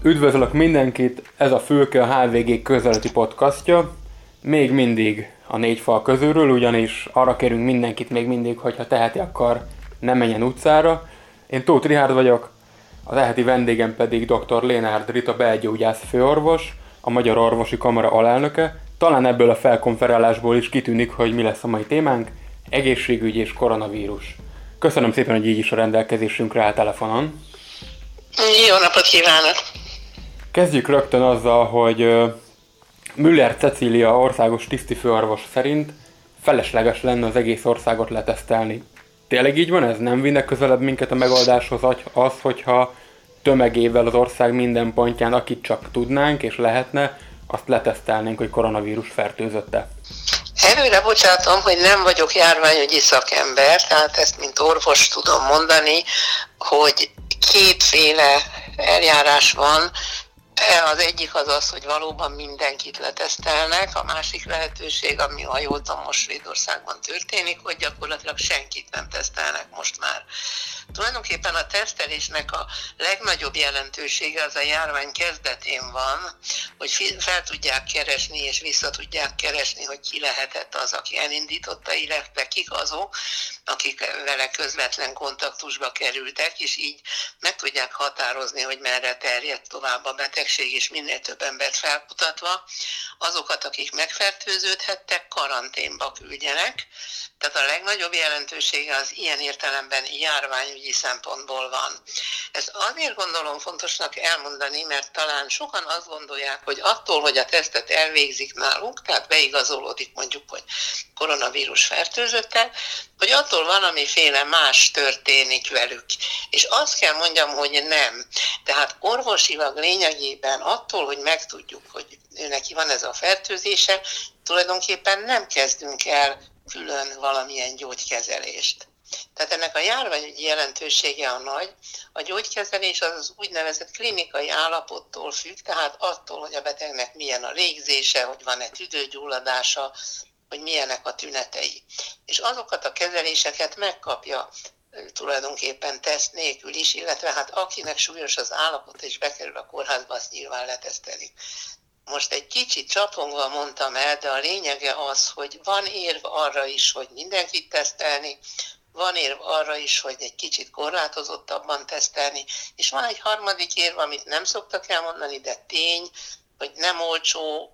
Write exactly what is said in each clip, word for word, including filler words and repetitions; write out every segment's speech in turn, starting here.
Üdvözlök mindenkit, ez a Fülke a há vé gé közeleti podcastja. Még mindig a négy fal közülről, ugyanis arra kérünk mindenkit még mindig, hogyha teheti, akkor ne menjen utcára. Én Tóth Richárd vagyok, az eheti vendégem pedig dr. Lénárd Rita belgyógyász főorvos, a Magyar Orvosi Kamara alelnöke. Talán ebből a felkonferálásból is kitűnik, hogy mi lesz a mai témánk: egészségügy és koronavírus. Köszönöm szépen, hogy így is a rendelkezésünkre áll telefonon. Jó napot kívánok! Kezdjük rögtön azzal, hogy Müller Cecília országos tisztifőorvos szerint felesleges lenne az egész országot letesztelni. Tényleg így van ez? Nem vinne közelebb minket a megoldáshoz az, hogyha tömegével az ország minden pontján, akit csak tudnánk és lehetne, azt letesztelnénk, hogy koronavírus fertőzötte? Előre bocsátom, hogy nem vagyok járványügyi szakember, tehát ezt mint orvos tudom mondani, hogy kétféle eljárás van. Az egyik az az, hogy valóban mindenkit letesztelnek, a másik lehetőség, ami, ha jól tudom, most Svédországban történik, hogy gyakorlatilag senkit nem tesztelnek most már. Tulajdonképpen a tesztelésnek a legnagyobb jelentősége az a járvány kezdetén van, hogy fel tudják keresni és vissza tudják keresni, hogy ki lehetett az, aki elindította, illetve kik azok, akik vele közvetlen kontaktusba kerültek, és így meg tudják határozni, hogy merre terjedt tovább a betegség, és minél több embert felkutatva azokat, akik megfertőződhettek, karanténba küldjenek. Tehát a legnagyobb jelentősége az ilyen értelemben járványügyi szempontból van. Ezt azért gondolom fontosnak elmondani, mert talán sokan azt gondolják, hogy attól, hogy a tesztet elvégzik nálunk, tehát beigazolódik mondjuk, hogy koronavírus fertőzöttek, hogy attól valamiféle más történik velük. És azt kell mondjam, hogy nem. Tehát orvosilag lényegében attól, hogy megtudjuk, hogy ő neki van ez a fertőzése, tulajdonképpen nem kezdünk el külön valamilyen gyógykezelést. Tehát ennek a járványügyi jelentősége a nagy. A gyógykezelés az az úgynevezett klinikai állapottól függ, tehát attól, hogy a betegnek milyen a légzése, hogy van-e tüdőgyulladása, hogy milyenek a tünetei. És azokat a kezeléseket megkapja tulajdonképpen teszt nélkül is, illetve hát akinek súlyos az állapot és bekerül a kórházba, azt nyilván letesztelik. Most egy kicsit csapongva mondtam el, de a lényege az, hogy van érv arra is, hogy mindenkit tesztelni, van érv arra is, hogy egy kicsit korlátozottabban tesztelni, és van egy harmadik érv, amit nem szoktak elmondani, de tény, hogy nem olcsó,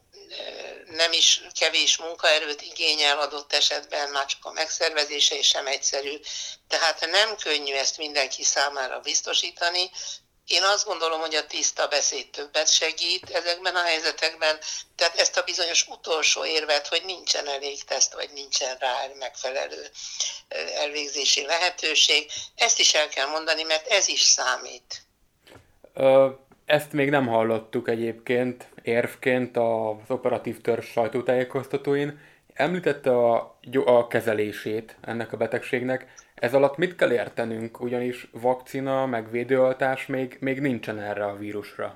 nem is kevés munkaerőt igényel adott esetben, már csak a megszervezése is sem egyszerű, tehát nem könnyű ezt mindenki számára biztosítani. Én azt gondolom, hogy a tiszta beszéd többet segít ezekben a helyzetekben, tehát ezt a bizonyos utolsó érvet, hogy nincsen elég teszt, vagy nincsen rá megfelelő elvégzési lehetőség, ezt is el kell mondani, mert ez is számít. Ö, ezt még nem hallottuk egyébként érvként az operatív törzs sajtótájékoztatóin. Említette a, a kezelését ennek a betegségnek. Ez alatt mit kell értenünk, ugyanis vakcina, meg védőoltás még, még nincsen erre a vírusra.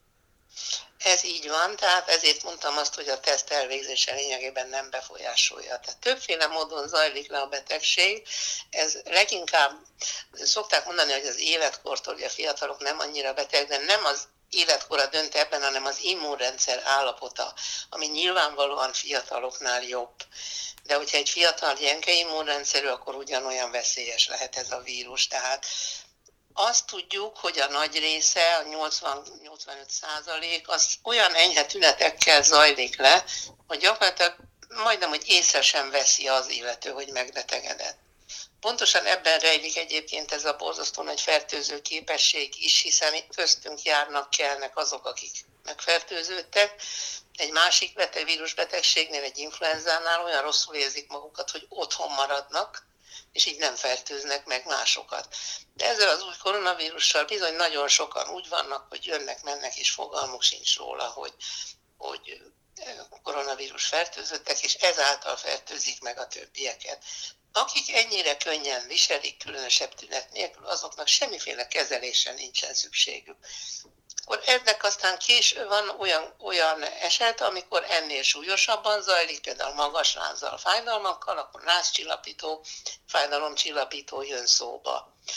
Ez így van, tehát ezért mondtam azt, hogy a teszt elvégzése lényegében nem befolyásolja. Tehát többféle módon zajlik le a betegség. Ez leginkább, szokták mondani, hogy az életkortól, hogy a fiatalok nem annyira beteg, de nem az életkora dönt ebben, hanem az immunrendszer állapota, ami nyilvánvalóan fiataloknál jobb. De hogyha egy fiatal gyenge immunrendszerű, akkor ugyanolyan veszélyes lehet ez a vírus. Tehát azt tudjuk, hogy a nagy része, a nyolcvan-nyolcvanöt százalék, az olyan enyhe tünetekkel zajlik le, hogy gyakorlatilag majdnem, hogy észre sem veszi az illető, hogy megbetegedett. Pontosan ebben rejlik egyébként ez a borzasztó nagy fertőző képesség is, hiszen köztünk járnak, kelnek azok, akik megfertőződtek. Egy másik beteg, vírusbetegségnél, egy influenzánál olyan rosszul érzik magukat, hogy otthon maradnak, és így nem fertőznek meg másokat. De ezzel az új koronavírussal bizony nagyon sokan úgy vannak, hogy jönnek, mennek, és fogalmuk sincs róla, hogy, hogy koronavírus fertőzöttek, és ezáltal fertőzik meg a többieket. Akik ennyire könnyen viselik, különösebb tünet nélkül, azoknak semmiféle kezelésre nincsen szükségük. Akkor ennek aztán később van olyan, olyan eset, amikor ennél súlyosabban zajlik, például magas lázzal, fájdalmakkal, akkor lázcsillapító, fájdalomcsillapító jön szóba.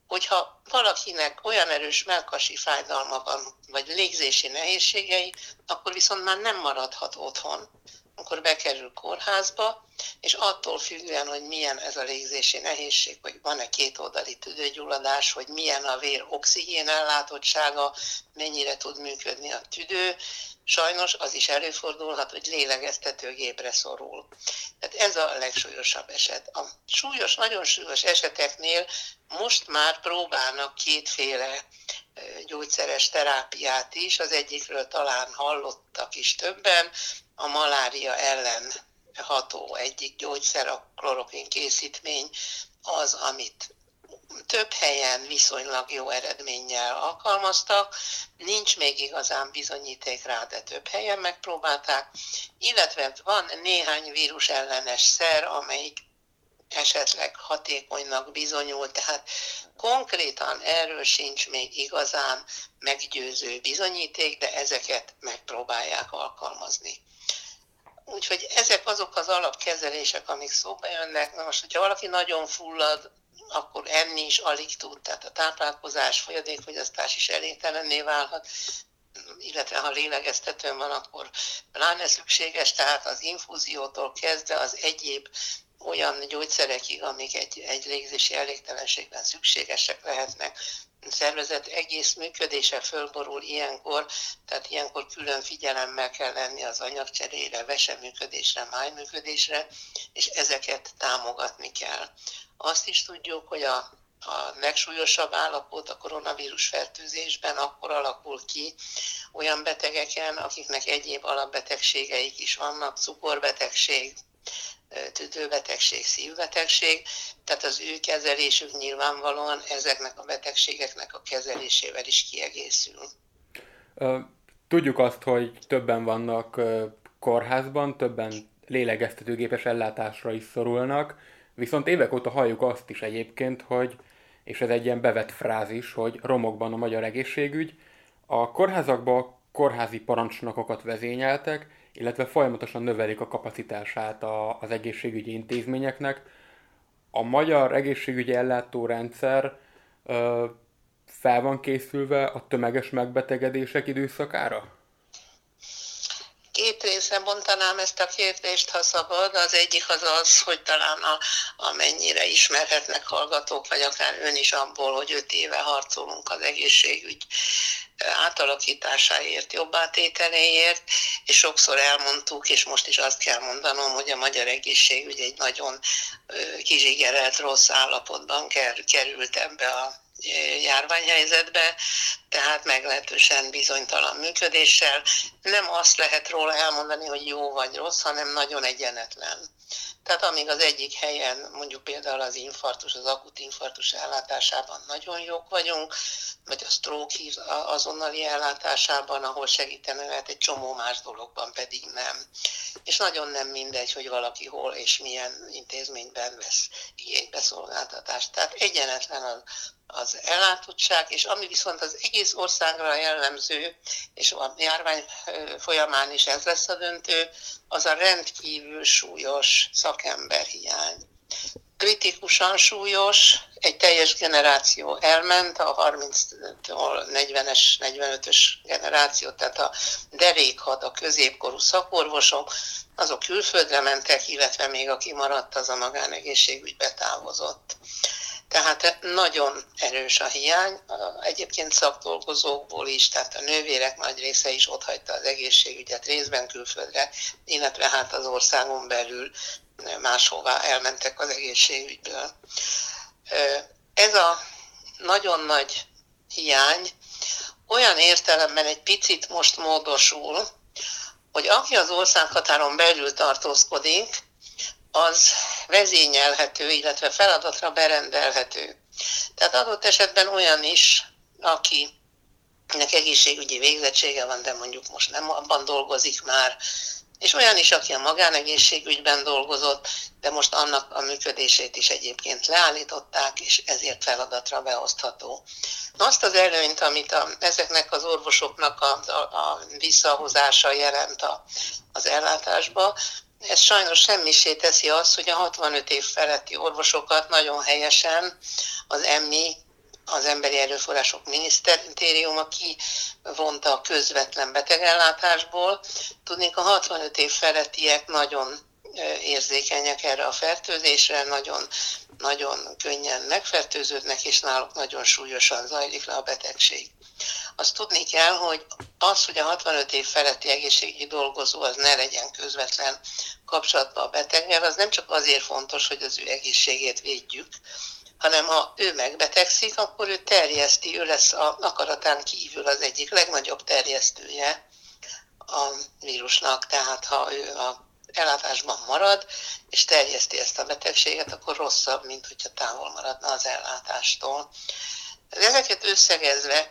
hogyha valakinek olyan erős mellkasi fájdalma van, vagy légzési nehézségei, akkor viszont már nem maradhat otthon. Akkor bekerül kórházba, és attól függően, hogy milyen ez a légzési nehézség, hogy van-e kétoldali tüdőgyulladás, hogy milyen a vér oxigén ellátottsága, mennyire tud működni a tüdő, sajnos az is előfordulhat, hogy lélegeztetőgépre szorul. Tehát ez a legsúlyosabb eset. A súlyos, nagyon súlyos eseteknél most már próbálnak kétféle gyógyszeres terápiát is, az egyikről talán hallottak is többen, a malária ellen ható egyik gyógyszer, a klorokin készítmény az, amit több helyen viszonylag jó eredménnyel alkalmaztak, nincs még igazán bizonyíték rá, de több helyen megpróbálták, illetve van néhány vírus ellenes szer, amelyik esetleg hatékonynak bizonyul, tehát konkrétan erről sincs még igazán meggyőző bizonyíték, de ezeket megpróbálják alkalmazni. Úgyhogy ezek azok az alapkezelések, amik szóba jönnek. Na most, hogyha valaki nagyon fullad, akkor enni is alig tud, tehát a táplálkozás, folyadékfogyasztás is elégtelenné válhat, illetve ha lélegeztetőn van, akkor pláne szükséges, tehát az infúziótól kezdve az egyéb olyan gyógyszerekig, amik egy, egy légzési elégtelenségben szükségesek lehetnek. A szervezet egész működése fölborul ilyenkor, tehát ilyenkor külön figyelemmel kell lenni az anyagcserére, veseműködésre, májműködésre, és ezeket támogatni kell. Azt is tudjuk, hogy a, a legsúlyosabb állapot a koronavírus fertőzésben akkor alakul ki olyan betegeken, akiknek egyéb alapbetegségeik is vannak, cukorbetegség, tüdőbetegség, szívbetegség, tehát az ő kezelésük nyilvánvalóan ezeknek a betegségeknek a kezelésével is kiegészül. Tudjuk azt, hogy többen vannak kórházban, többen lélegeztetőgépes ellátásra is szorulnak, viszont évek óta halljuk azt is egyébként, hogy, és ez egy ilyen bevett frázis, hogy romokban a magyar egészségügy, a kórházakban kórházi parancsnokokat vezényeltek, illetve folyamatosan növelik a kapacitását az egészségügyi intézményeknek. A magyar egészségügyi ellátórendszer ö, fel van készülve a tömeges megbetegedések időszakára? Két részre bontanám ezt a kérdést, ha szabad. Az egyik az az, hogy talán a, amennyire ismerhetnek hallgatók, vagy akár ön is abból, hogy öt éve harcolunk az egészségügy átalakításáért, jobbátételéért, és sokszor elmondtuk, és most is azt kell mondanom, hogy a magyar egészségügy egy nagyon kizsigerelt rossz állapotban került ebbe a járványhelyzetbe, tehát meglehetősen bizonytalan működéssel. Nem azt lehet róla elmondani, hogy jó vagy rossz, hanem nagyon egyenetlen. Tehát amíg az egyik helyen, mondjuk például az infarktus, az akut infarktus ellátásában nagyon jók vagyunk, vagy a stroke azonnali ellátásában, ahol segíteni lehet, egy csomó más dologban pedig nem. És nagyon nem mindegy, hogy valaki hol és milyen intézményben vesz igénybe szolgáltatást. Tehát egyenetlen az, az ellátottság, és ami viszont az egész országra jellemző, és a járvány folyamán is ez lesz a döntő, az a rendkívül súlyos szakemberhiány. Kritikusan súlyos, egy teljes generáció elment, a harminctól negyvenes, negyvenötös generáció, tehát a derékhad, a középkorú szakorvosok, azok külföldre mentek, illetve még aki maradt, az a magánegészségügybe távozott. Tehát nagyon erős a hiány, egyébként szakdolgozókból is, tehát a nővérek nagy része is otthagyta az egészségügyet részben külföldre, illetve hát az országon belül máshová elmentek az egészségügyből. Ez a nagyon nagy hiány olyan értelemben egy picit most módosul, hogy aki az országhatáron belül tartózkodik, az vezényelhető, illetve feladatra berendelhető. Tehát adott esetben olyan is, akinek egészségügyi végzettsége van, de mondjuk most nem abban dolgozik már, és olyan is, aki a magánegészségügyben dolgozott, de most annak a működését is egyébként leállították, és ezért feladatra beosztható. Azt az előnyt, amit a, ezeknek az orvosoknak a, a, a visszahozása jelent a, az ellátásba, ez sajnos semmisé teszi azt, hogy a hatvanöt év feletti orvosokat nagyon helyesen az em i az Emberi Erőforrások Minisztériuma kivonta a közvetlen betegellátásból. Tudnék, a hatvanöt év felettiek nagyon érzékenyek erre a fertőzésre, nagyon, nagyon könnyen megfertőződnek, és náluk nagyon súlyosan zajlik le a betegség. Azt tudni kell, hogy az, hogy a hatvanöt év feletti egészségügyi dolgozó az ne legyen közvetlen kapcsolatban a beteggel, az nem csak azért fontos, hogy az ő egészségét védjük, hanem ha ő megbetegszik, akkor ő terjeszti, ő lesz a akaratán kívül az egyik legnagyobb terjesztője a vírusnak. Tehát ha ő a ellátásban marad, és terjeszti ezt a betegséget, akkor rosszabb, mint hogyha távol maradna az ellátástól. Ezeket összegezve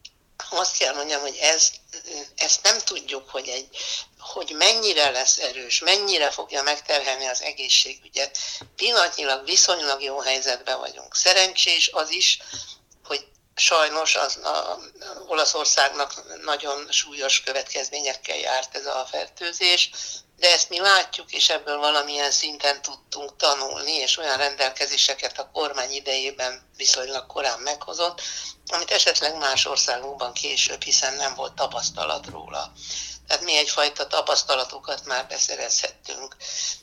azt kell mondjam, hogy ez, ezt nem tudjuk, hogy, egy, hogy mennyire lesz erős, mennyire fogja megterhelni az egészségügyet. Pillanatnyilag viszonylag jó helyzetben vagyunk. Szerencsés az is, hogy sajnos az a Olaszországnak nagyon súlyos következményekkel járt ez a fertőzés, de ezt mi látjuk, és ebből valamilyen szinten tudtunk tanulni, és olyan rendelkezéseket a kormány idejében viszonylag korán meghozott, amit esetleg más országokban később, hiszen nem volt tapasztalat róla. Tehát mi egyfajta tapasztalatokat már beszerezhettünk.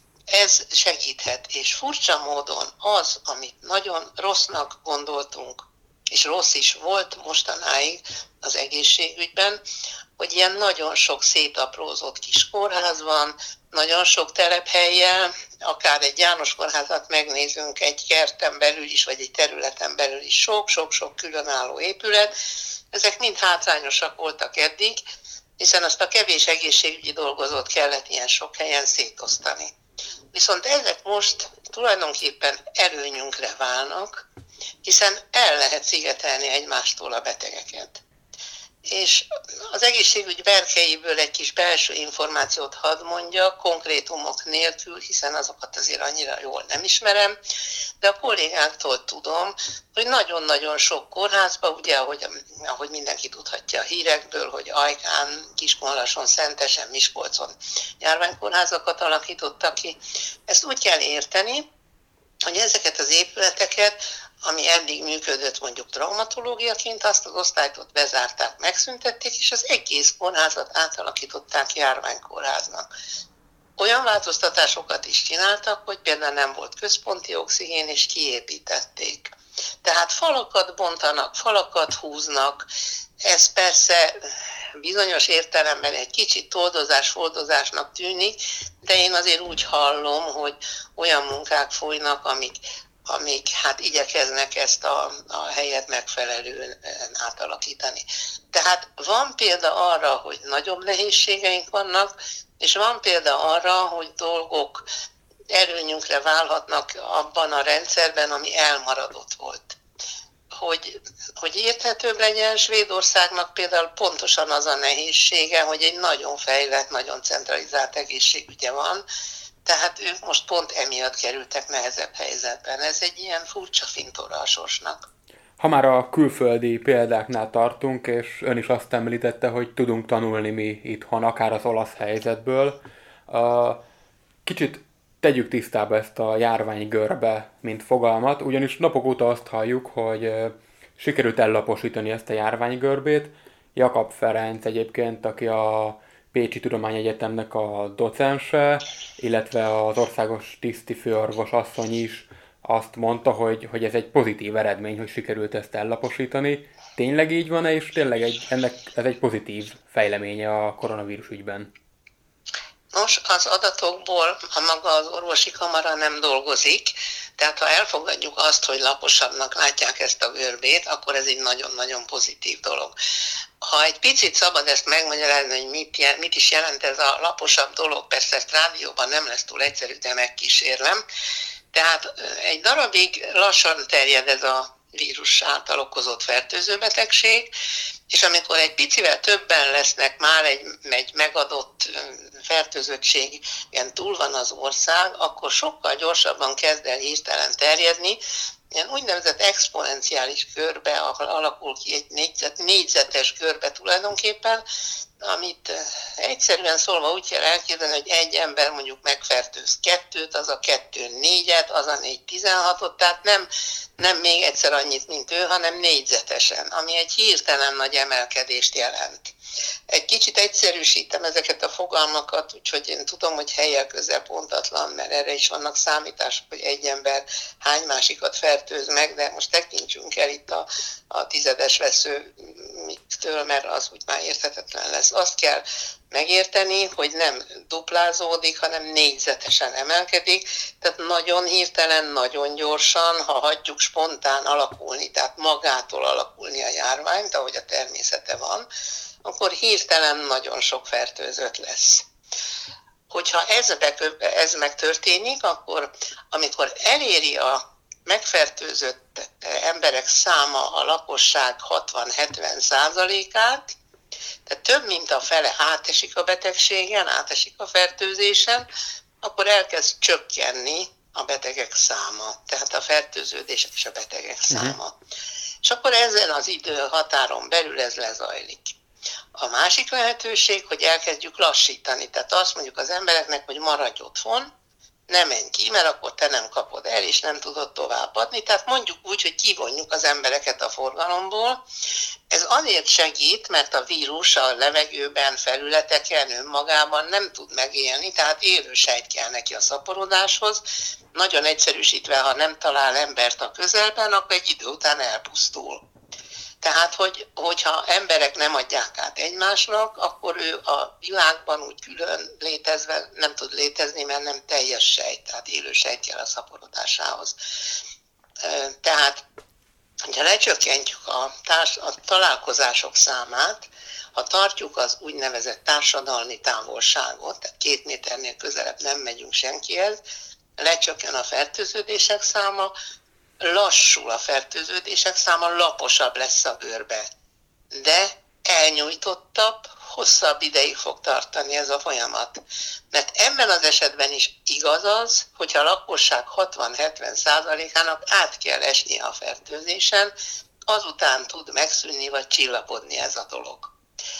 Ez segíthet, és furcsa módon az, amit nagyon rossznak gondoltunk, és rossz is volt mostanáig az egészségügyben, hogy ilyen nagyon sok szétaprózott kis kórház van, nagyon sok telephellyel, akár egy János kórházat megnézünk egy kerten belül is, vagy egy területen belül is sok-sok-sok különálló épület. Ezek mind hátrányosak voltak eddig, hiszen azt a kevés egészségügyi dolgozót kellett ilyen sok helyen szétosztani. Viszont ezek most tulajdonképpen előnyünkre válnak, hiszen el lehet szigetelni egymástól a betegeket. És az egészségügy berkeiből egy kis belső információt hadd mondjak, konkrétumok nélkül, hiszen azokat azért annyira jól nem ismerem, de a kollégáktól tudom, hogy nagyon-nagyon sok kórházban, ugye, ahogy, ahogy mindenki tudhatja a hírekből, hogy Ajkán, Kiskunlason, Szentesen, Miskolcon járványkórházakat alakítottak ki. Ezt úgy kell érteni, hogy ezeket az épületeket, ami eddig működött mondjuk traumatológiaként, azt az osztályt ott bezárták, megszüntették, és az egész kórházat átalakították járványkórháznak. Olyan változtatásokat is csináltak, hogy például nem volt központi oxigén, és kiépítették. Tehát falakat bontanak, falakat húznak, ez persze bizonyos értelemben egy kicsit toldozás-foldozásnak tűnik, de én azért úgy hallom, hogy olyan munkák folynak, amik amik hát igyekeznek ezt a, a helyet megfelelően átalakítani. Tehát van példa arra, hogy nagyobb nehézségeink vannak, és van példa arra, hogy dolgok előnyünkre válhatnak abban a rendszerben, ami elmaradott volt. Hogy, hogy érthetőbb legyen, Svédországnak például pontosan az a nehézsége, hogy egy nagyon fejlett, nagyon centralizált egészségügye van, tehát ők most pont emiatt kerültek nehezebb helyzetben. Ez egy ilyen furcsa fintora a sorsnak. Ha már a külföldi példáknál tartunk, és ön is azt említette, hogy tudunk tanulni mi itthon, akár az olasz helyzetből, kicsit tegyük tisztába ezt a járványgörbe, mint fogalmat, ugyanis napok óta azt halljuk, hogy sikerült ellaposítani ezt a járványgörbét. Jakab Ferenc egyébként, aki a Pécsi Tudományegyetemnek a docense, illetve az országos tisztifőorvos asszony is azt mondta, hogy, hogy ez egy pozitív eredmény, hogy sikerült ezt ellaposítani. Tényleg így van-e, és tényleg egy, ennek, ez egy pozitív fejleménye a koronavírus ügyben? Nos, az adatokból a maga az orvosi kamara nem dolgozik, tehát ha elfogadjuk azt, hogy laposabbnak látják ezt a görbét, akkor ez egy nagyon-nagyon pozitív dolog. Ha egy picit szabad ezt megmagyarázni, hogy mit, mit is jelent ez a laposabb dolog, persze ezt rádióban nem lesz túl egyszerű, de megkísérlem. Tehát egy darabig lassan terjed ez a vírus által okozott fertőzőbetegség, és amikor egy picivel többen lesznek, már egy, egy megadott fertőzöttségen túl van az ország, akkor sokkal gyorsabban kezd el hirtelen terjedni. Ilyen úgynevezett exponenciális körbe, ahol alakul ki egy négyzet, négyzetes körbe tulajdonképpen, amit egyszerűen szólva úgy kell elképzelni, hogy egy ember mondjuk megfertőz kettőt, az a kettő négyet, az a négy tizenhatot, tehát nem, nem még egyszer annyit, mint ő, hanem négyzetesen, ami egy hirtelen nagy emelkedést jelent. Egy kicsit egyszerűsítem ezeket a fogalmakat, úgyhogy én tudom, hogy helyek közel pontatlan, mert erre is vannak számítások, hogy egy ember hány másikat fertőz meg, de most tekintsünk el itt a, a tizedes veszőtől, mert az úgy már érthetetlen lesz. Azt kell megérteni, hogy nem duplázódik, hanem négyzetesen emelkedik, tehát nagyon hirtelen, nagyon gyorsan, ha hagyjuk spontán alakulni, tehát magától alakulni a járványt, ahogy a természete van, akkor hirtelen nagyon sok fertőzött lesz. Hogyha ez, ez megtörténik, akkor amikor eléri a megfertőzött emberek száma a lakosság hatvan-hetven százalékát, tehát több mint a fele átesik a betegségen, átesik a fertőzésen, akkor elkezd csökkenni a betegek száma, tehát a fertőződések és a betegek száma. Uh-huh. És akkor ezen az időhatáron belül ez lezajlik. A másik lehetőség, hogy elkezdjük lassítani, tehát azt mondjuk az embereknek, hogy maradj otthon, ne menj ki, mert akkor te nem kapod el, és nem tudod továbbadni. Tehát mondjuk úgy, hogy kivonjuk az embereket a forgalomból. Ez azért segít, mert a vírus a levegőben, felületeken, önmagában nem tud megélni, tehát élő sejt kell neki a szaporodáshoz. Nagyon egyszerűsítve, ha nem talál embert a közelben, akkor egy idő után elpusztul. Tehát, hogy, hogyha emberek nem adják át egymásnak, akkor ő a világban úgy külön létezve nem tud létezni, mert nem teljes sejt, tehát élő sejt kell a szaporodásához. Tehát, ha lecsökkentjük a, társ, a találkozások számát, ha tartjuk az úgynevezett társadalmi távolságot, tehát két méternél közelebb nem megyünk senkihez, lecsökken a fertőződések száma, lassul a fertőződések száma, laposabb lesz a bőrbe. De elnyújtottabb, hosszabb ideig fog tartani ez a folyamat. Mert ebben az esetben is igaz az, hogyha a lakosság hatvan-hetven százalékának át kell esnie a fertőzésen, azután tud megszűnni vagy csillapodni ez a dolog.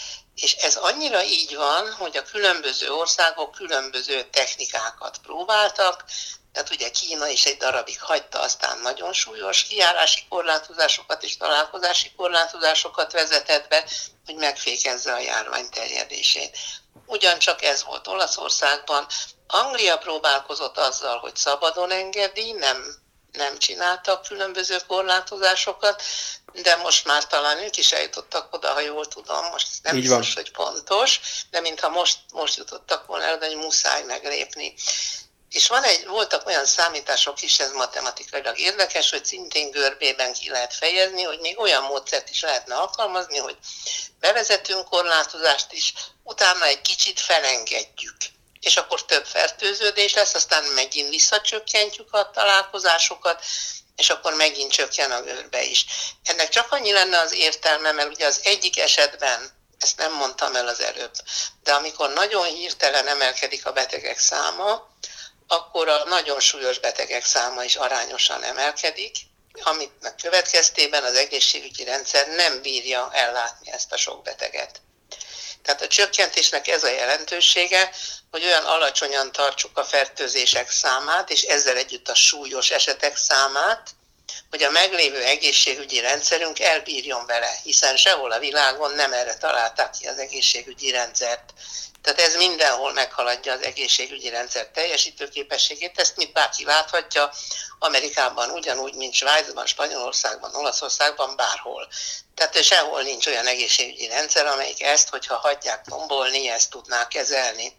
És ez annyira így van, hogy a különböző országok különböző technikákat próbáltak, tehát ugye Kína is egy darabig hagyta, aztán nagyon súlyos kijárási korlátozásokat és találkozási korlátozásokat vezetett be, hogy megfékezze a járvány terjedését. Ugyancsak ez volt Olaszországban. Anglia próbálkozott azzal, hogy szabadon engedi, nem, nem csináltak különböző korlátozásokat, de most már talán ők is eljutottak oda, ha jól tudom, most nem így biztos, van. hogy pontos, de mintha most, most jutottak volna el, hogy muszáj meglépni. És van egy, voltak olyan számítások is, ez matematikailag érdekes, hogy szintén görbében ki lehet fejezni, hogy még olyan módszert is lehetne alkalmazni, hogy bevezetünk korlátozást is, utána egy kicsit felengedjük. És akkor több fertőződés lesz, aztán megint visszacsökkentjük a találkozásokat, és akkor megint csökken a görbe is. Ennek csak annyi lenne az értelme, mert ugye az egyik esetben, ezt nem mondtam el az előbb, de amikor nagyon hirtelen emelkedik a betegek száma, akkor a nagyon súlyos betegek száma is arányosan emelkedik, amit következtében az egészségügyi rendszer nem bírja ellátni ezt a sok beteget. Tehát a csökkentésnek ez a jelentősége, hogy olyan alacsonyan tartsuk a fertőzések számát, és ezzel együtt a súlyos esetek számát, hogy a meglévő egészségügyi rendszerünk elbírjon vele, hiszen sehol a világon nem erre találták ki az egészségügyi rendszert. Tehát ez mindenhol meghaladja az egészségügyi rendszer teljesítőképességét, ezt mit bárki láthatja, Amerikában ugyanúgy, mint Svájcban, Spanyolországban, Olaszországban, bárhol. Tehát sehol nincs olyan egészségügyi rendszer, amelyik ezt, hogyha hagyják tombolni, ezt tudná kezelni.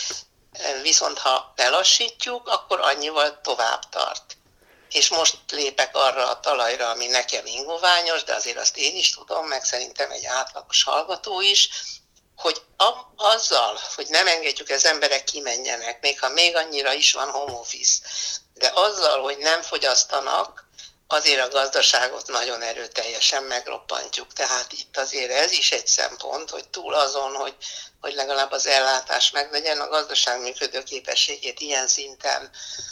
Viszont ha lelassítjuk, akkor annyival tovább tart. És most lépek arra a talajra, ami nekem ingoványos, de azért azt én is tudom, meg szerintem egy átlagos hallgató is, hogy azzal, hogy nem engedjük az emberek kimenjenek, még ha még annyira is van home office, de azzal, hogy nem fogyasztanak, azért a gazdaságot nagyon erőteljesen megroppantjuk. Tehát itt azért ez is egy szempont, hogy túl azon, hogy, hogy legalább az ellátás meglegyen, a gazdaság működő képességét ilyen szinten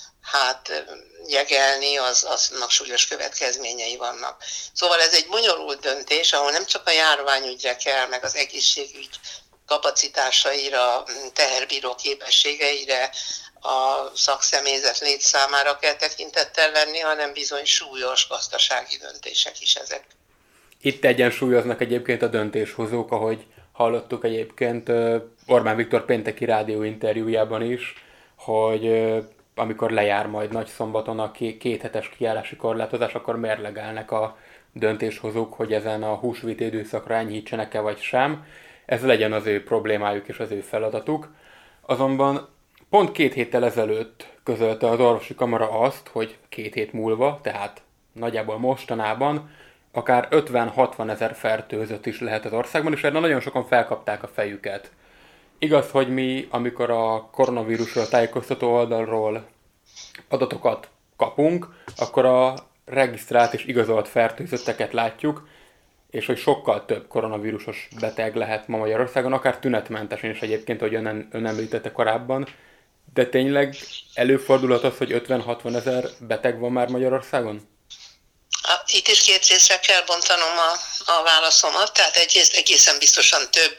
hát jegelni, az, aznak súlyos következményei vannak. Szóval ez egy bonyolult döntés, ahol nem csak a járványügyre kell, meg az egészségügy kapacitásaira, teherbíró képességeire, a szakszemélyzet létszámára kell tekintettel lenni, hanem bizony súlyos gazdasági döntések is ezek. Itt egyensúlyoznak egyébként a döntéshozók, ahogy hallottuk egyébként Orbán Viktor pénteki rádió interjújában is, hogy amikor lejár majd Nagyszombaton a két hetes kijárási korlátozás, akkor mérlegelnek a döntéshozók, hogy ezen a húsvét időszakra enyhítsenek-e vagy sem. Ez legyen az ő problémájuk és az ő feladatuk. Azonban pont két héttel ezelőtt közölte az orvosi kamara azt, hogy két hét múlva, tehát nagyjából mostanában, akár ötven-hatvan ezer fertőzött is lehet az országban, és erre nagyon sokan felkapták a fejüket. Igaz, hogy mi, amikor a koronavírusról tájékoztató oldalról adatokat kapunk, akkor a regisztrált és igazolt fertőzötteket látjuk, és hogy sokkal több koronavírusos beteg lehet ma Magyarországon, akár tünetmentesen is egyébként, ahogy ön, ön említette korábban. De tényleg előfordulhat az, hogy ötven-hatvan ezer beteg van már Magyarországon? Itt is két részre kell bontanom a, a válaszomat, tehát egyrészt egészen biztosan több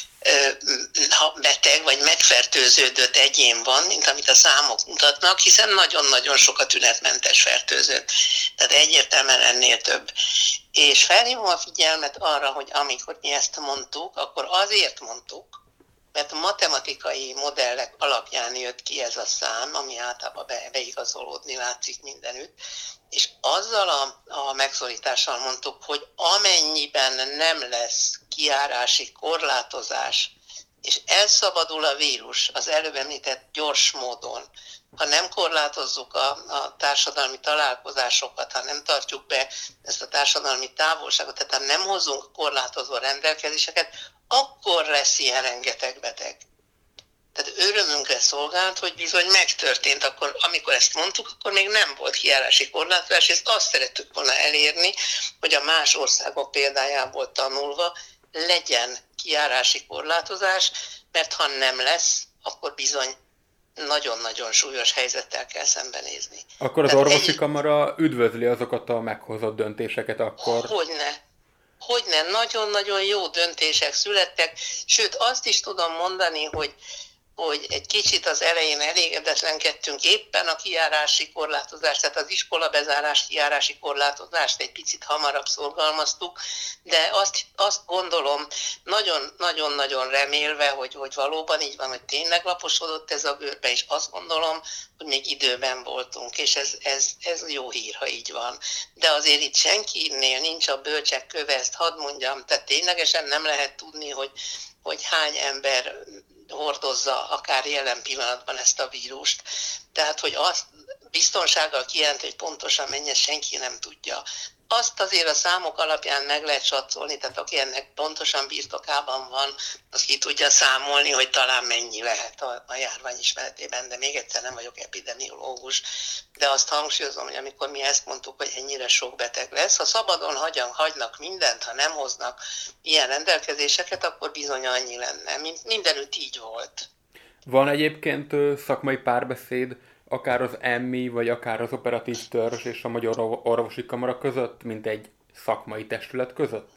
ha beteg vagy megfertőződött egyén van, mint amit a számok mutatnak, hiszen nagyon-nagyon sok a tünetmentes fertőzött. Tehát egyértelműen ennél több. És felhívom a figyelmet arra, hogy amikor mi ezt mondtuk, akkor azért mondtuk, mert a matematikai modellek alapján jött ki ez a szám, ami általában be, beigazolódni látszik mindenütt, és azzal a, a megszorítással mondtuk, hogy amennyiben nem lesz kijárási korlátozás, és elszabadul a vírus az előbb említett gyors módon, ha nem korlátozzuk a, a társadalmi találkozásokat, ha nem tartjuk be ezt a társadalmi távolságot, tehát ha nem hozunk korlátozó rendelkezéseket, akkor lesz ilyen rengeteg beteg. Tehát örömünkre szolgált, hogy bizony megtörtént, akkor, amikor ezt mondtuk, akkor még nem volt kijárási korlátozás, és azt szerettük volna elérni, hogy a más országok példájából tanulva legyen kijárási korlátozás, mert ha nem lesz, akkor bizony nagyon-nagyon súlyos helyzettel kell szembenézni. Akkor az Tehát orvosi egy... kamara üdvözli azokat a meghozott döntéseket akkor? Hogyne. Hogyne, nagyon-nagyon jó döntések születtek, sőt azt is tudom mondani, hogy, hogy egy kicsit az elején elégedetlenkedtünk éppen a kijárási korlátozást, tehát az iskola bezárás kijárási korlátozást egy picit hamarabb szorgalmaztuk, de azt, azt gondolom, nagyon-nagyon remélve, hogy, hogy valóban így van, hogy tényleg laposodott ez a bőrbe, és azt gondolom, hogy még időben voltunk, és ez, ez, ez jó hír, ha így van. De azért itt senkinél nincs a bölcsek köve, ezt hadd mondjam, tehát ténylegesen nem lehet tudni, hogy, hogy hány ember hordozza akár jelen pillanatban ezt a vírust. Tehát, hogy azt biztonsággal kijelenti, hogy pontosan mennyi, senki nem tudja. Azt azért a számok alapján meg lehet satszolni, tehát aki ennek pontosan birtokában van, az ki tudja számolni, hogy talán mennyi lehet a, a járvány ismeretében, de még egyszer nem vagyok epidemiológus. De azt hangsúlyozom, hogy amikor mi ezt mondtuk, hogy ennyire sok beteg lesz, ha szabadon hagyjan, hagynak mindent, ha nem hoznak ilyen rendelkezéseket, akkor bizony annyi lenne. Mindenütt így volt. Van egyébként szakmai párbeszéd, akár az em i i, vagy akár az operatív törzs és a Magyar Orvosi Kamara között, mint egy szakmai testület között?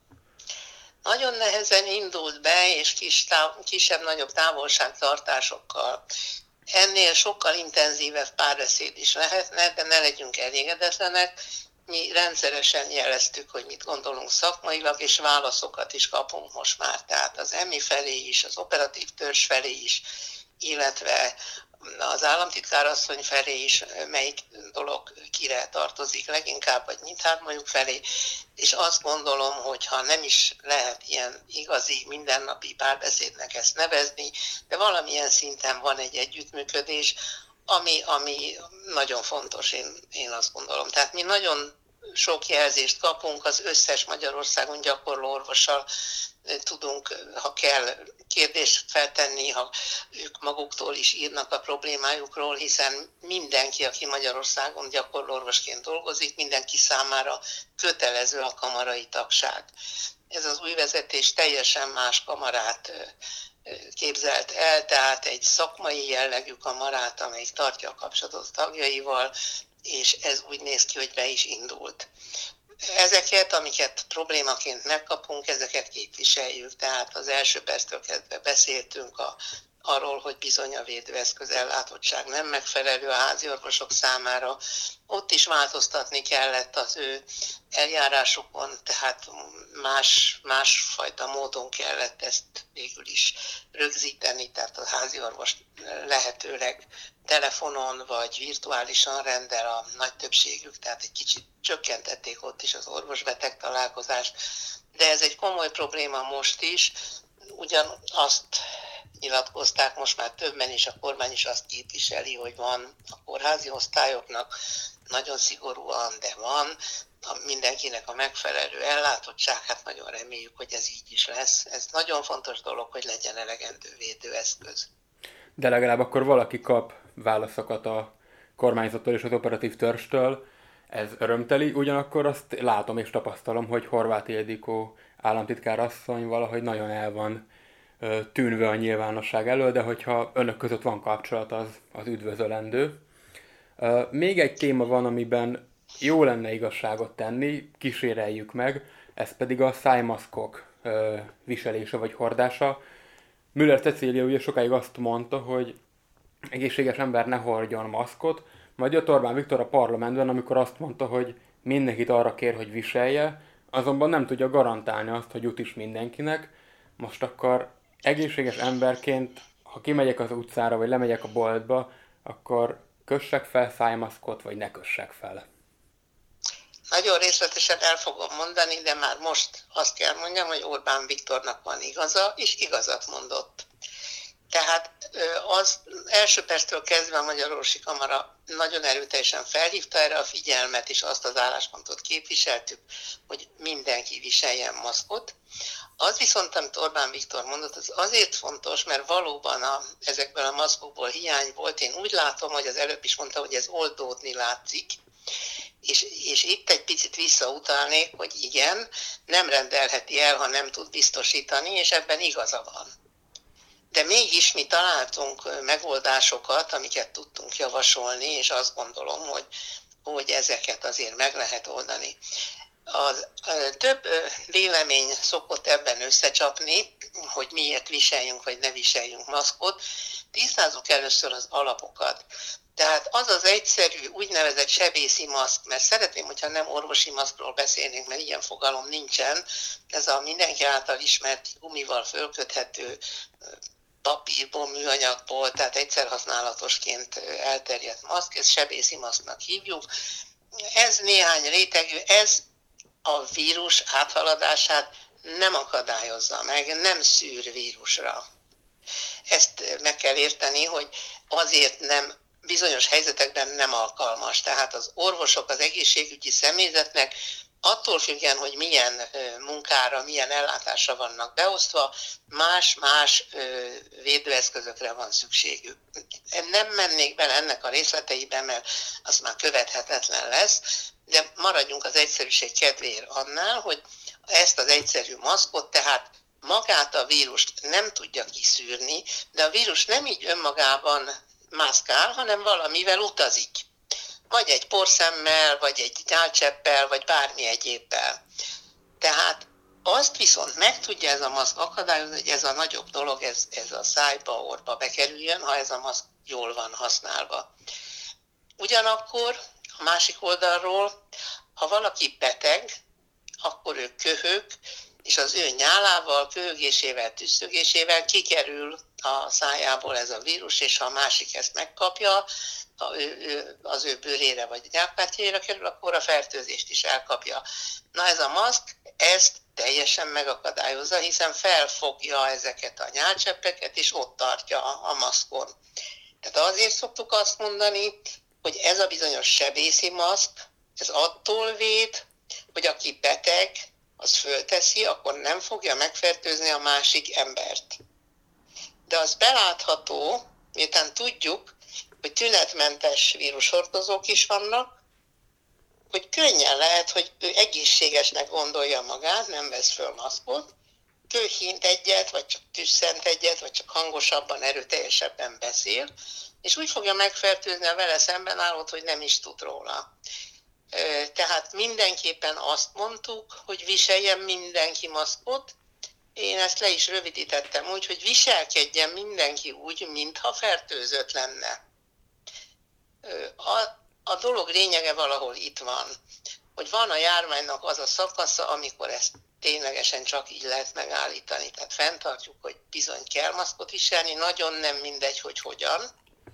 Nagyon nehezen indult be, és kis táv, kisebb-nagyobb távolságtartásokkal. Ennél sokkal intenzívebb párbeszéd is lehetne, de ne legyünk elégedetlenek. Mi rendszeresen jeleztük, hogy mit gondolunk szakmailag, és válaszokat is kapunk most már. Tehát az em i i felé is, az operatív törzs felé is, illetve az államtitkárasszony felé is, melyik dolog kire tartozik leginkább, vagy mindhármajuk felé, és azt gondolom, hogy ha nem is lehet ilyen igazi, mindennapi párbeszédnek ezt nevezni, de valamilyen szinten van egy együttműködés, ami, ami nagyon fontos, én, én azt gondolom. Tehát mi nagyon sok jelzést kapunk, az összes Magyarországon gyakorló orvossal tudunk, ha kell, kérdést feltenni, ha ők maguktól is írnak a problémájukról, hiszen mindenki, aki Magyarországon gyakorló orvosként dolgozik, mindenki számára kötelező a kamarai tagság. Ez az új vezetés teljesen más kamarát képzelt el, tehát egy szakmai jellegű kamarát, amelyik tartja a kapcsolatot tagjaival, és ez úgy néz ki, hogy be is indult. Ezeket, amiket problémaként megkapunk, ezeket képviseljük. Tehát az első perctől kezdve beszéltünk a, arról, hogy bizony a védőeszköz ellátottság nem megfelelő a háziorvosok számára. Ott is változtatni kellett az ő eljárásukon, tehát más, másfajta módon kellett ezt végül is rögzíteni, tehát a háziorvos lehetőleg telefonon vagy virtuálisan rendel a nagy többségük, tehát egy kicsit csökkentették ott is az orvos-beteg találkozást, de ez egy komoly probléma most is, ugyan azt nyilatkozták most már többen, és a kormány is azt képviseli, hogy van a kórházi osztályoknak nagyon szigorúan, de van a mindenkinek a megfelelő ellátottság, hát nagyon reméljük, hogy ez így is lesz. Ez nagyon fontos dolog, hogy legyen elegendő védőeszköz. De legalább akkor valaki kap válaszokat a kormányzattól és az operatív törstől, ez örömteli, ugyanakkor azt látom és tapasztalom, hogy Horváth Ildikó államtitkár asszony valahogy nagyon el van tűnve a nyilvánosság elől, de hogyha önök között van kapcsolat, az, az üdvözölendő. Még egy téma van, amiben jó lenne igazságot tenni, kíséreljük meg, ez pedig a szájmaszkok viselése vagy hordása. Müller Cecília ugye sokáig azt mondta, hogy egészséges ember ne hordjon maszkot, majd jött Orbán Viktor a parlamentben, amikor azt mondta, hogy mindenkit arra kér, hogy viselje, azonban nem tudja garantálni azt, hogy jut is mindenkinek. Most akkor egészséges emberként, ha kimegyek az utcára, vagy lemegyek a boltba, akkor kössek fel szájmaszkot, vagy ne kössek fel? Nagyon részletesen el fogom mondani, de már most azt kell mondjam, hogy Orbán Viktornak van igaza, és igazat mondott. Tehát az első perctől kezdve a Magyar Orvosi Kamara nagyon erőteljesen felhívta erre a figyelmet, és azt az álláspontot képviseltük, hogy mindenki viseljen maszkot. Az viszont, amit Orbán Viktor mondott, az azért fontos, mert valóban a, ezekből a maszkokból hiány volt. Én úgy látom, hogy az előbb is mondta, hogy ez oldódni látszik, és, és itt egy picit visszautalnék, hogy igen, nem rendelheti el, ha nem tud biztosítani, és ebben igaza van. De mégis mi találtunk megoldásokat, amiket tudtunk javasolni, és azt gondolom, hogy, hogy ezeket azért meg lehet oldani. Az, több vélemény szokott ebben összecsapni, hogy miért viseljünk, vagy ne viseljünk maszkot. Tisztázzuk először az alapokat. Tehát az az egyszerű, úgynevezett sebészi maszk, mert szeretném, hogyha nem orvosi maszkról beszélnénk, mert ilyen fogalom nincsen, ez a mindenki által ismert gumival fölköthető papírból, műanyagból, tehát egyszer használatosként elterjedt maszk, ezt sebészi maszknak hívjuk. Ez néhány rétegű, ez a vírus áthaladását nem akadályozza meg, nem szűr vírusra. Ezt meg kell érteni, hogy azért nem, bizonyos helyzetekben nem alkalmas. Tehát az orvosok, az egészségügyi személyzetnek attól függően, hogy milyen munkára, milyen ellátásra vannak beosztva, más-más védőeszközökre van szükségük. Nem mennék bele ennek a részleteiben, mert az már követhetetlen lesz, de maradjunk az egyszerűség kedvéért annál, hogy ezt az egyszerű maszkot, tehát magát a vírust nem tudja kiszűrni, de a vírus nem így önmagában mászkál, hanem valamivel utazik. Vagy egy porszemmel, vagy egy nyálcseppel, vagy bármi egyébbel. Tehát azt viszont meg tudja ez a maszk akadályozni, hogy ez a nagyobb dolog, ez, ez a szájba, orba bekerüljön, ha ez a maszk jól van használva. Ugyanakkor a másik oldalról, ha valaki beteg, akkor ő köhög, és az ő nyálával, köhögésével, tüsszögésével kikerül a szájából ez a vírus, és ha a másik ezt megkapja, ha ő, ő, az ő bőrére vagy nyálkártyájára kerül, akkor a fertőzést is elkapja. Na ez a maszk ezt teljesen megakadályozza, hiszen felfogja ezeket a nyálcseppeket, és ott tartja a, a maszkon. Tehát azért szoktuk azt mondani, hogy ez a bizonyos sebészi maszk, ez attól véd, hogy aki beteg, az fölteszi, akkor nem fogja megfertőzni a másik embert. De az belátható, miután tudjuk, hogy tünetmentes vírushordozók is vannak, hogy könnyen lehet, hogy ő egészségesnek gondolja magát, nem vesz föl maszkot, kőhint egyet, vagy csak tüsszent egyet, vagy csak hangosabban, erőteljesebben beszél, és úgy fogja megfertőzni a vele szemben állót, hogy nem is tud róla. Tehát mindenképpen azt mondtuk, hogy viseljen mindenki maszkot. Én ezt le is rövidítettem úgy, hogy viselkedjen mindenki úgy, mintha fertőzött lenne. A, a dolog lényege valahol itt van, hogy van a járványnak az a szakasza, amikor ezt ténylegesen csak így lehet megállítani. Tehát fenntartjuk, hogy bizony kell maszkot viselni, nagyon nem mindegy, hogy hogyan.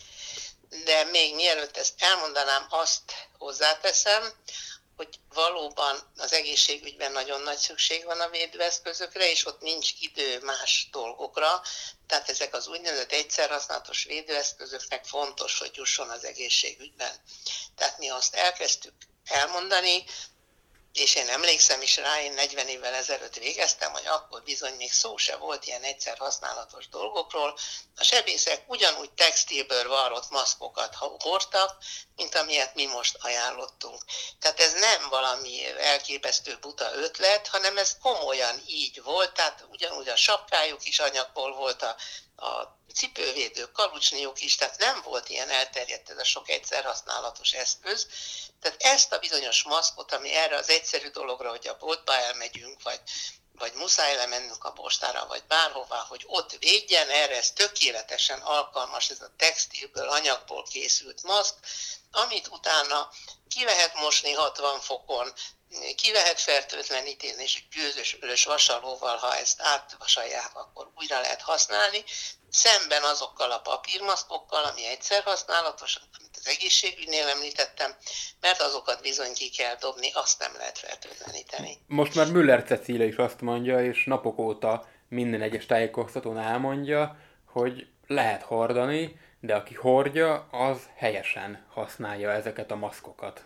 De még mielőtt ezt elmondanám, azt hozzáteszem, hogy valóban az egészségügyben nagyon nagy szükség van a védőeszközökre, és ott nincs idő más dolgokra. Tehát ezek az úgynevezett egyszerhasználatos védőeszközöknek fontos, hogy jusson az egészségügyben. Tehát mi azt elkezdtük elmondani, és én emlékszem is rá, én negyven évvel ezelőtt végeztem, hogy akkor bizony még szó se volt ilyen egyszer használatos dolgokról. A sebészek ugyanúgy textilből varrott maszkokat hordtak, mint amilyet mi most ajánlottunk. Tehát ez nem valami elképesztő buta ötlet, hanem ez komolyan így volt, tehát ugyanúgy a sapkájuk is anyagból volt, a, a cipővédők, kalucsniuk is, tehát nem volt ilyen elterjedt ez a sok egyszer használatos eszköz. Tehát ezt a bizonyos maszkot, ami erre az egyszerű dologra, hogy a boltba elmegyünk, vagy, vagy muszáj lemennünk a postára, vagy bárhová, hogy ott védjen, erre ez tökéletesen alkalmas, ez a textilből, anyagból készült maszk, amit utána ki lehet mosni hatvan fokon, ki lehet fertőtleníteni, és gőzös ös vasalóval, ha ezt átvasalják, akkor újra lehet használni, szemben azokkal a papírmaszkokkal, ami egyszer használatos, amit az egészségügynél említettem, mert azokat bizony ki kell dobni, azt nem lehet fertőtleníteni. Most már Müller Cecília is azt mondja, és napok óta minden egyes tájékoztatón elmondja, hogy lehet hordani, de aki hordja, az helyesen használja ezeket a maszkokat.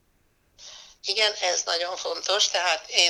Igen, ez nagyon fontos, tehát én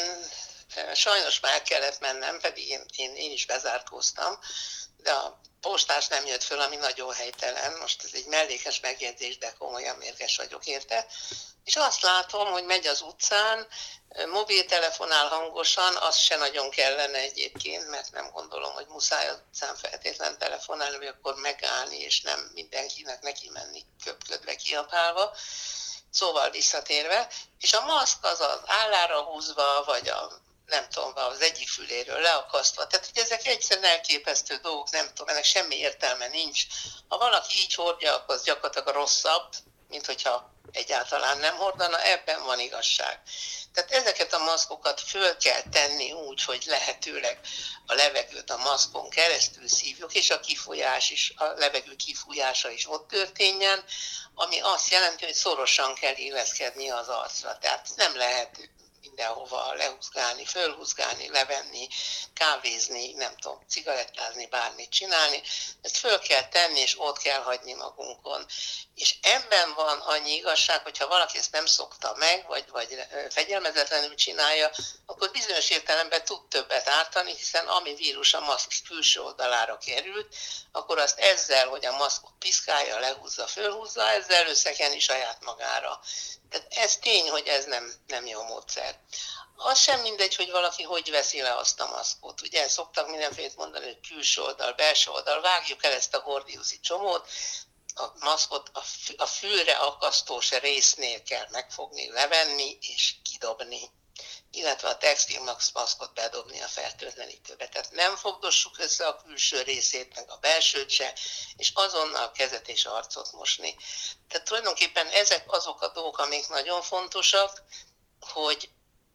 sajnos már kellett mennem, pedig én, én, én is bezárkóztam, de a postás nem jött föl, ami nagyon helytelen. Most ez egy mellékes megjegyzés, de komolyan mérges vagyok érte. És azt látom, hogy megy az utcán, mobiltelefonál hangosan, az se nagyon kellene egyébként, mert nem gondolom, hogy muszáj az utcán feltétlen telefonálni, vagy akkor megállni, és nem mindenkinek neki menni köpködve, kiabálva. Szóval visszatérve, és a maszk az az állára húzva, vagy a nem tudom, az egyik füléről leakasztva. Tehát, hogy ezek egyszerűen elképesztő dolgok, nem tudom, ennek semmi értelme nincs. Ha valaki így hordja, akkor az gyakorlatilag a rosszabb, mint hogyha egyáltalán nem hordana, ebben van igazság. Tehát ezeket a maszkokat föl kell tenni úgy, hogy lehetőleg a levegőt a maszkon keresztül szívjuk, és a kifújás is, a levegő kifújása is ott történjen, ami azt jelenti, hogy szorosan kell illeszkedni az arcra. Tehát nem lehet mindenhova lehúzgálni, fölhúzgálni, levenni, kávézni, nem tudom, cigarettázni, bármit csinálni. Ezt föl kell tenni, és ott kell hagyni magunkon. És ebben van annyi igazság, hogyha valaki ezt nem szokta meg, vagy, vagy fegyelmezetlenül csinálja, akkor bizonyos értelemben tud többet ártani, hiszen ami vírus a maszk külső oldalára került, akkor azt ezzel, hogy a maszkot piszkálja, lehúzza, fölhúzza, ezzel összekeni saját magára. Tehát ez tény, hogy ez nem, nem jó módszer. Az sem mindegy, hogy valaki hogy veszi le azt a maszkot. Ugye szoktak mindenfélét mondani, hogy külső oldal, belső oldal, vágjuk el ezt a gordiuszi csomót, a maszkot a, fü- a fülre akasztós résznél kell megfogni, levenni és kidobni, illetve a textilmaszkot bedobni a fertőtlenítőbe. Tehát nem fogdossuk össze a külső részét, meg a belsőt se, és azonnal a kezet és arcot mosni. Tehát tulajdonképpen ezek azok a dolgok, amik nagyon fontosak, hogy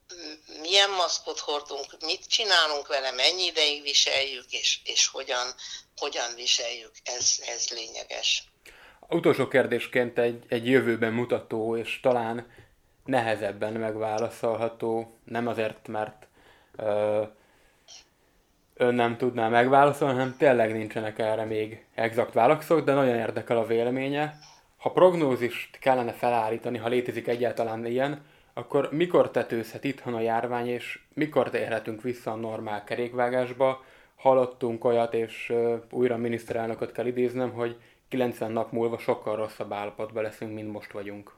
milyen maszkot hordunk, mit csinálunk vele, mennyi ideig viseljük, és, és hogyan, hogyan viseljük, ez, ez lényeges. Utolsó kérdésként egy, egy jövőben mutató, és talán nehezebben megválaszolható, nem azért, mert ö, ön nem tudná megválaszolni, hanem tényleg nincsenek erre még exakt válaszok, de nagyon érdekel a véleménye. Ha prognózist kellene felállítani, ha létezik egyáltalán ilyen, akkor mikor tetőzhet itthon a járvány, és mikor térhetünk vissza a normál kerékvágásba? Hallottunk olyat, és uh, újra a miniszterelnököt kell idéznem, hogy kilencven nap múlva sokkal rosszabb állapotban leszünk, mint most vagyunk.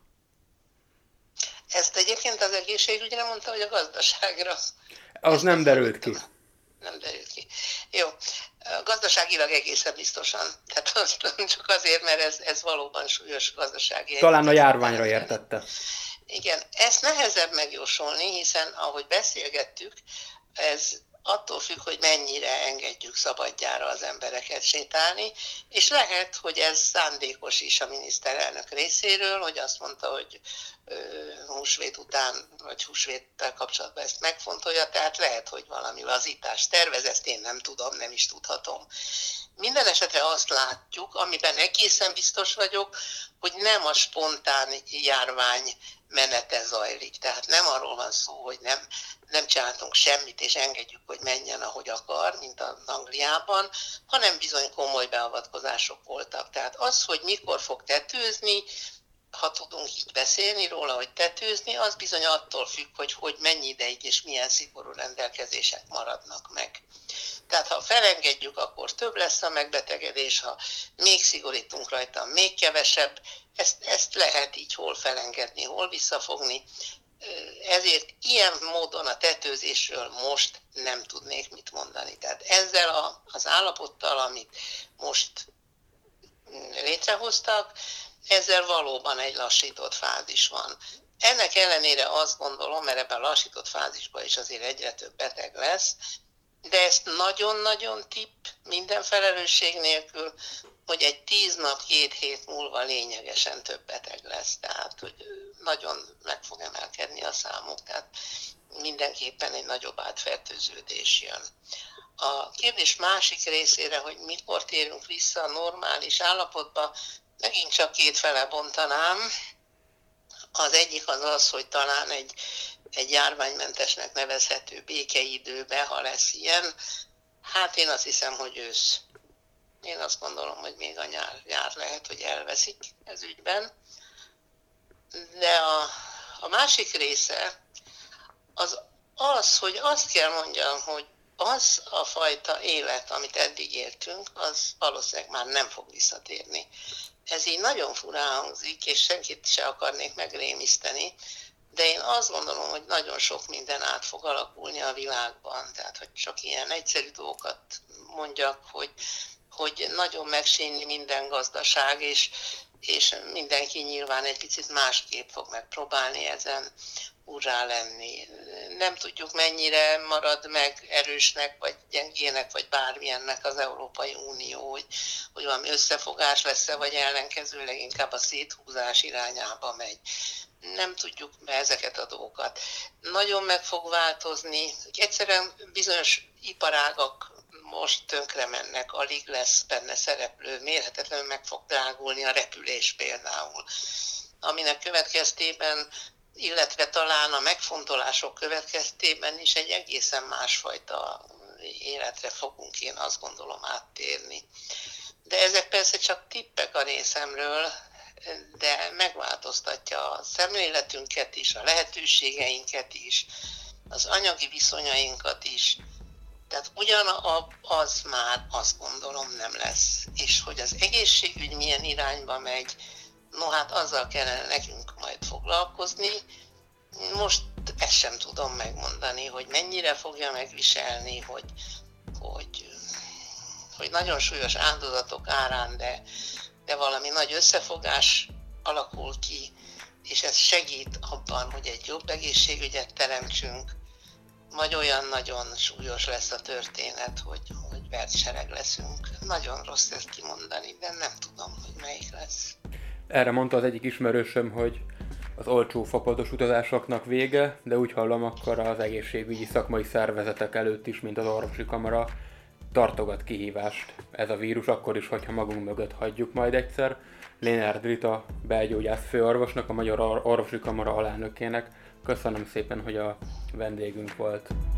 Ezt egyébként az egészségügyre mondta, vagy a gazdaságra? Az Ezt nem derült ki. Nem derült ki. Jó. Gazdaságilag egészen biztosan. Tehát csak azért, mert ez, ez valóban súlyos gazdasági. Talán a járványra értette. Igen, ezt nehezebb megjósolni, hiszen ahogy beszélgettük, ez attól függ, hogy mennyire engedjük szabadjára az embereket sétálni, és lehet, hogy ez szándékos is a miniszterelnök részéről, hogy azt mondta, hogy ö, húsvét után, vagy húsvéttel kapcsolatban ezt megfontolja, tehát lehet, hogy valami lazítást tervez, ezt én nem tudom, nem is tudhatom. Minden esetre azt látjuk, amiben egészen biztos vagyok, hogy nem a spontán járvány menete zajlik. Tehát nem arról van szó, hogy nem, nem csináltunk semmit, és engedjük, hogy menjen, ahogy akar, mint az Angliában, hanem bizony komoly beavatkozások voltak. Tehát az, hogy mikor fog tetőzni, ha tudunk így beszélni róla, hogy tetőzni, az bizony attól függ, hogy, hogy mennyi ideig és milyen szigorú rendelkezések maradnak meg. Tehát ha felengedjük, akkor több lesz a megbetegedés, ha még szigorítunk rajta, még kevesebb, ezt, ezt lehet így hol felengedni, hol visszafogni. Ezért ilyen módon a tetőzésről most nem tudnék mit mondani. Tehát ezzel a, az állapottal, amit most létrehoztak, ezzel valóban egy lassított fázis van. Ennek ellenére azt gondolom, mert ebben a lassított fázisban is azért egyre több beteg lesz, de ezt nagyon-nagyon tipp, minden felelősség nélkül, hogy egy tíz nap, két hét múlva lényegesen több beteg lesz. Tehát, hogy nagyon meg fog emelkedni a számuk, tehát mindenképpen egy nagyobb átfertőződés jön. A kérdés másik részére, hogy mikor térünk vissza a normális állapotba, megint csak két fele bontanám. Az egyik az az, hogy talán egy, egy járványmentesnek nevezhető békeidőbe, ha lesz ilyen, hát én azt hiszem, hogy ősz. Én azt gondolom, hogy még a nyár, nyár lehet, hogy elveszik ez ügyben. De a, a másik része az az, hogy azt kell mondjam, hogy az a fajta élet, amit eddig éltünk, az valószínűleg már nem fog visszatérni. Ez így nagyon furán hangzik, és senkit se akarnék megrémiszteni, de én azt gondolom, hogy nagyon sok minden át fog alakulni a világban. Tehát, hogy csak ilyen egyszerű dolgokat mondjak, hogy, hogy nagyon megsínli minden gazdaság, és, és mindenki nyilván egy picit másképp fog megpróbálni ezen urrá lenni. Nem tudjuk, mennyire marad meg erősnek, vagy gyengének, vagy bármilyennek az Európai Unió, hogy, hogy valami összefogás lesz-e, vagy ellenkezőleg inkább a széthúzás irányába megy. Nem tudjuk be ezeket a dolgokat. Nagyon meg fog változni. Egyszerűen bizonyos iparágak most tönkre mennek, alig lesz benne szereplő, mérhetetlenül meg fog drágulni a repülés például, aminek következtében, illetve talán a megfontolások következtében is egy egészen másfajta életre fogunk, én azt gondolom, áttérni. De ezek persze csak tippek a részemről, de megváltoztatja a szemléletünket is, a lehetőségeinket is, az anyagi viszonyainkat is. Tehát ugyanaz már azt gondolom nem lesz. És hogy az egészségügy milyen irányba megy, no hát azzal kellene nekünk majd foglalkozni. Most ezt sem tudom megmondani, hogy mennyire fogja megviselni, hogy, hogy, hogy nagyon súlyos áldozatok árán, de, de valami nagy összefogás alakul ki, és ez segít abban, hogy egy jobb egészségügyet teremtsünk, vagy olyan nagyon súlyos lesz a történet, hogy, hogy vertsereg leszünk. Nagyon rossz ezt kimondani, de nem tudom, hogy melyik lesz. Erre mondta az egyik ismerősöm, hogy az olcsó fapados utazásoknak vége, de úgy hallom, akkor az egészségügyi szakmai szervezetek előtt is, mint az orvosi kamara, tartogat kihívást ez a vírus, akkor is, hogyha magunk mögött hagyjuk majd egyszer. Lénárd Rita belgyógyász főorvosnak, a Magyar Orvosi Kamara alelnökének köszönöm szépen, hogy a vendégünk volt.